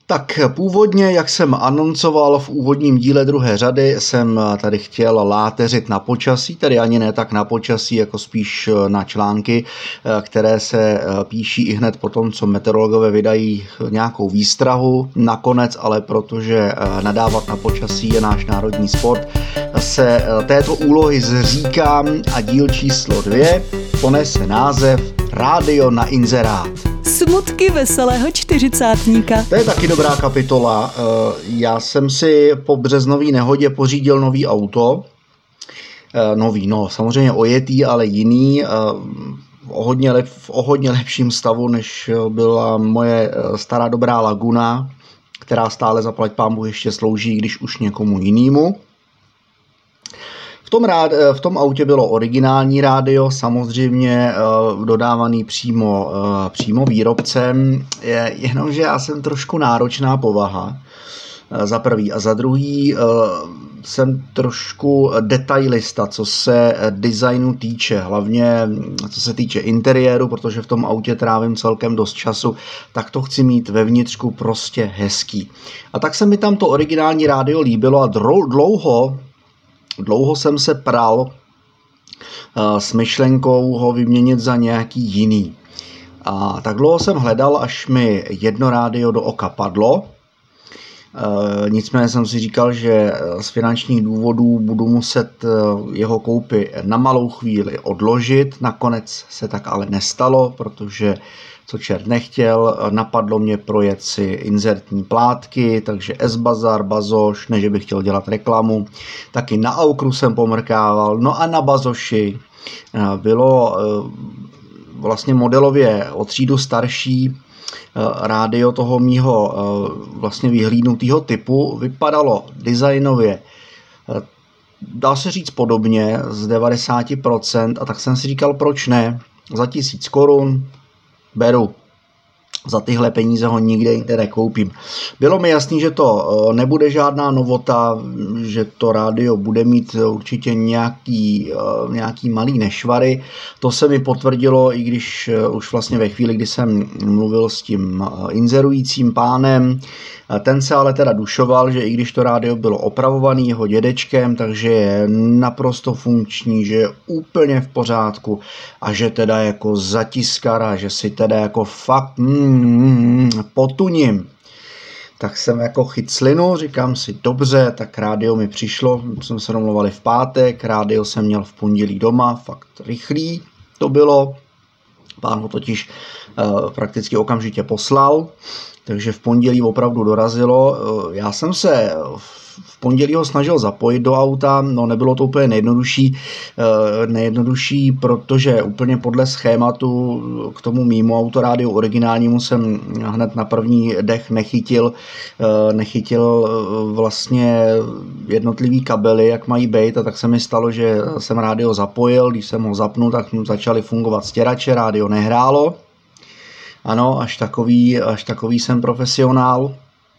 Tak původně, jak jsem anoncoval v úvodním díle druhé řady, jsem tady chtěl láteřit na počasí, tedy ani ne tak na počasí, jako spíš na články, které se píší i hned po tom, co meteorologové vydají nějakou výstrahu. Nakonec, ale protože nadávat na počasí je náš národní sport, se této úlohy zříkám a díl číslo 2 ponese název Rádio na inzerát. Smutky veselého čtyřicátníka. To je taky dobrá kapitola. Já jsem si po březnové nehodě pořídil nový auto. Nový, no samozřejmě ojetý, ale jiný. V o hodně lepším stavu, než byla moje stará dobrá Laguna, která stále zaplať pánbůh ještě slouží, když už někomu jinému. V tom autě bylo originální rádio, samozřejmě dodávaný přímo výrobcem, jenomže já jsem trošku náročná povaha, za prvý. A za druhý jsem trošku detailista, co se designu týče, hlavně co se týče interiéru, protože v tom autě trávím celkem dost času, tak to chci mít vevnitřku prostě hezký. A tak se mi tam to originální rádio líbilo a dlouho jsem se pral s myšlenkou ho vyměnit za nějaký jiný. A tak dlouho jsem hledal, až mi jedno rádio do oka padlo. Nicméně jsem si říkal, že z finančních důvodů budu muset jeho koupi na malou chvíli odložit. Nakonec se tak ale nestalo, protože co čert nechtěl, napadlo mě projet si inzertní plátky, takže S-Bazar, Bazoš, ne že bych chtěl dělat reklamu, taky na Aukru jsem pomrkával, no a na Bazoši bylo vlastně modelově o třídu starší rádio toho mýho vlastně vyhlídnutého typu, vypadalo designově, dá se říct podobně, z 90%, a tak jsem si říkal, proč ne, za 1000 korun beru. Za tyhle peníze ho nikde jinde nekoupím. Bylo mi jasný, že to nebude žádná novota, že to rádio bude mít určitě nějaký malý nešvary. To se mi potvrdilo, i když už vlastně ve chvíli, kdy jsem mluvil s tím inzerujícím pánem. Ten se ale teda dušoval, že i když to rádio bylo opravovaný jeho dědečkem, takže je naprosto funkční, že je úplně v pořádku a že teda jako zatiskara, že si teda jako fakt potuním. Tak jsem jako chyt slinu, říkám si dobře, tak rádio mi přišlo, jsme se domluvali v pátek, rádio jsem měl v pondělí doma, fakt rychlý to bylo, pán ho totiž prakticky okamžitě poslal. Takže v pondělí opravdu dorazilo. Já jsem se v pondělí ho snažil zapojit do auta, no nebylo to úplně nejjednodušší, protože úplně podle schématu k tomu mýmu autorádiu originálnímu jsem hned na první dech nechytil vlastně jednotlivý kabely, jak mají být, a tak se mi stalo, že jsem rádio zapojil, když jsem ho zapnul, tak začaly fungovat stěrače, rádio nehrálo. Ano, až takový jsem profesionál.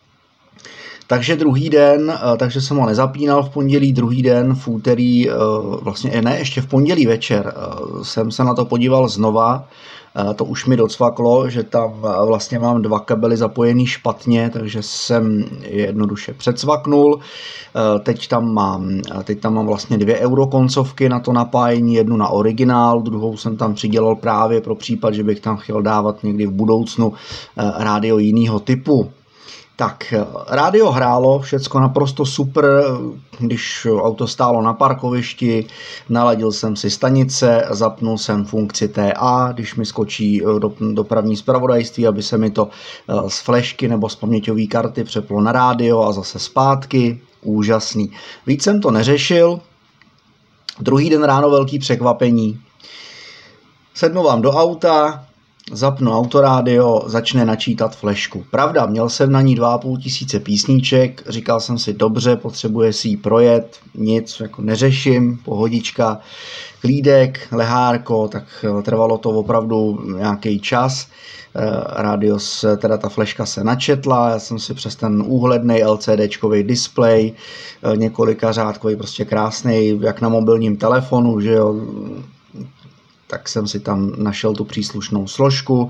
Takže druhý den, takže jsem ho nezapínal v pondělí, druhý den v úterý, vlastně ne, ještě v pondělí večer jsem se na to podíval znova. To už mi docvaklo, že tam vlastně mám 2 kabely zapojený špatně, takže jsem je jednoduše přecvaknul. Teď tam mám vlastně 2 eurokoncovky na to napájení, jednu na originál, druhou jsem tam přidělal právě pro případ, že bych tam chtěl dávat někdy v budoucnu rádio jiného typu. Tak, rádio hrálo, všecko naprosto super, když auto stálo na parkovišti, naladil jsem si stanice, zapnul jsem funkci TA, když mi skočí dopravní zpravodajství, aby se mi to z flešky nebo z paměťové karty přeplo na rádio a zase zpátky, úžasný. Víc jsem to neřešil, druhý den ráno velký překvapení, sednu vám do auta, zapnu autorádio, začne načítat flešku. Pravda, měl jsem na ní 2500 písniček, říkal jsem si, dobře, potřebuje si ji projet, nic jako neřeším, pohodička, klídek, lehárko, tak trvalo to opravdu nějaký čas. Rádio teda ta fleška se načetla, já jsem si přes ten úhledný LCDčkový displej, několika řádkový, prostě krásný, jak na mobilním telefonu, že jo, tak jsem si tam našel tu příslušnou složku,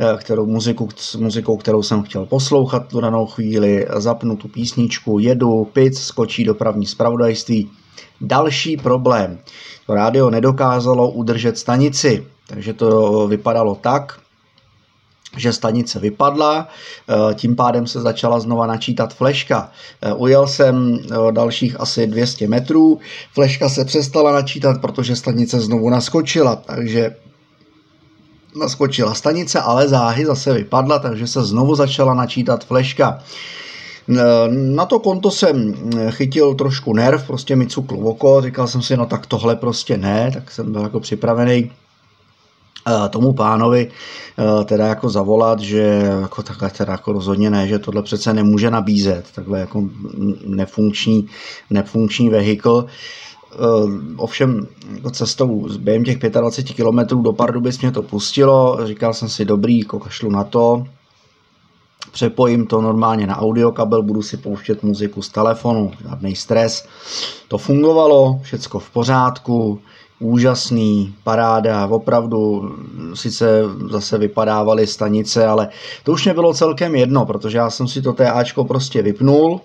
muzikou, kterou jsem chtěl poslouchat tu danou chvíli, zapnu tu písničku, jedu, pic, skočí dopravní zpravodajství. Další problém, to rádio nedokázalo udržet stanici, takže to vypadalo tak, že stanice vypadla, tím pádem se začala znova načítat fleška. Ujel jsem dalších asi 200 metrů, fleška se přestala načítat, protože stanice znovu naskočila, takže naskočila stanice, ale záhy zase vypadla, takže se znovu začala načítat fleška. Na to konto jsem chytil trošku nerv, prostě mi cuklo oko, říkal jsem si, no tak tohle prostě ne, tak jsem byl jako připravený tomu pánovi teda jako zavolat, že jako takhle teda jako rozhodně ne, že tohle přece nemůže nabízet, takhle jako nefunkční vehikl. Ovšem jako cestou během těch 25 km do Pardubic mě to pustilo, říkal jsem si dobrý, jako kašlu na to, přepojím to normálně na audiokabel, budu si pouštět muziku z telefonu, žádný stres. To fungovalo, všecko v pořádku, úžasný, paráda, opravdu sice zase vypadávaly stanice, ale to už mě bylo celkem jedno, protože já jsem si to TAčko prostě vypnul,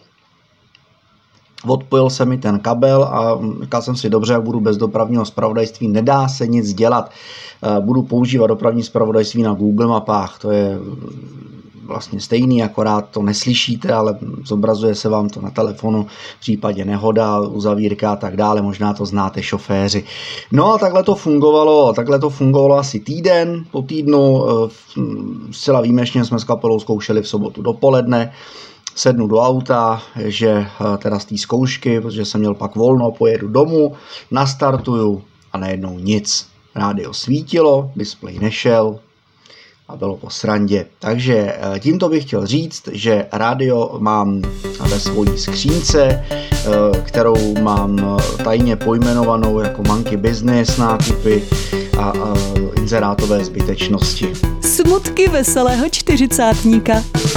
odpojil se mi ten kabel a říkal jsem si, dobře, jak budu bez dopravního zpravodajství, nedá se nic dělat. Budu používat dopravní zpravodajství na Google mapách, to je vlastně stejný, akorát to neslyšíte, ale zobrazuje se vám to na telefonu, v případě nehoda, uzavírka a tak dále, možná to znáte šoféři. No a takhle to fungovalo asi týden, po týdnu zcela výjimečně jsme s kapelou zkoušeli v sobotu dopoledne, sednu do auta, že teda z té zkoušky, protože jsem měl pak volno, pojedu domů, nastartuju a najednou nic. Rádio svítilo, displej nešel a bylo po srandě. Takže tímto bych chtěl říct, že rádio mám ve svojí skřínce, kterou mám tajně pojmenovanou jako Monkey Business, nákupy a inzerátové zbytečnosti. Smutky veselého čtyřicátníka.